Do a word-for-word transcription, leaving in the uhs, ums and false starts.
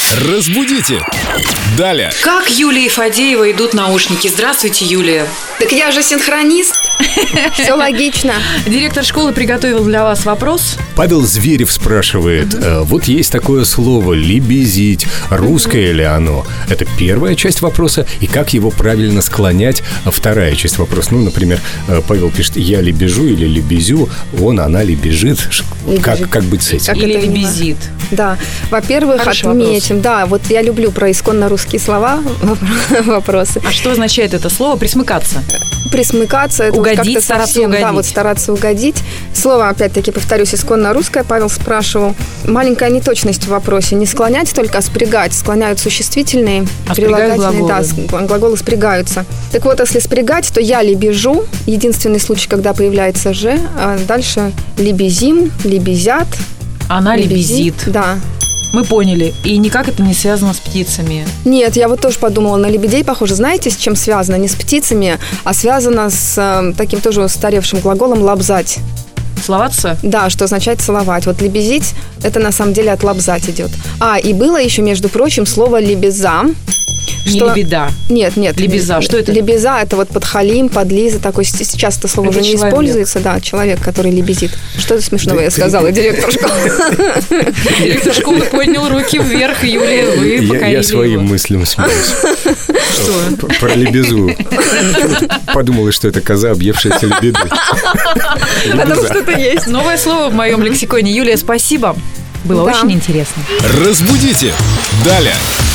Разбудите! Далее! Как Юлия и Фадеева идут наушники? Здравствуйте, Юлия. Так я же синхронист. Все логично. Директор школы приготовил для вас вопрос. Павел Зверев спрашивает, э, вот есть такое слово «лебезить». Русское ли оно? Это первая часть вопроса. И как его правильно склонять? Вторая часть вопроса. Ну, например, э, Павел пишет «я лебежу» или «лебезю». Он, она лебежит. Как, как быть с этим? Как Или это лебезит. Да, во-первых, Хороший отметим. вопрос. Да, вот я люблю про исконно русские слова вопросы. А что означает это слово? Присмыкаться. Присмыкаться, это вот Угодить, как-то стараться совсем, угодить. да, вот стараться угодить. Слово, опять-таки, повторюсь, исконно русское. Павел спрашивал. Маленькая неточность в вопросе. Не склонять только, а спрягать. Склоняют существительные, А спрягают прилагательные, да, глаголы. с- глаголы спрягаются. Так вот, если спрягать, то я лебежу. Единственный случай, когда появляется «же», а дальше лебезим, лебезят. Она лебезит. Да. Мы поняли. И никак это не связано с птицами. Нет, я вот тоже подумала, на лебедей похоже. Знаете, с чем связано? Не с птицами, а связано с э, таким тоже устаревшим глаголом «лобзать». Целоваться? Да, что означает целовать. Вот лебезить, это на самом деле от лобзать идет. А, и было еще, между прочим, слово «лебеза». Не что- лебеда. Нет, нет. Лебеза, что это? Лебеза – это вот подхалим, подлиза, такой, с- сейчас это слово Это уже не человек. используется. Да, человек, который лебезит. Что смешного я сказала, директор школы? Директор школы поднял руки вверх, Юлия, вы Я, покорили я своим его. мыслям смеюсь. Что? П- Про лебезу. Подумала, что это коза, объевшаяся лебедой. Потому что это есть. Новое слово в моем лексиконе. Юлия, спасибо. Было Да. очень интересно. Разбудите! Далее!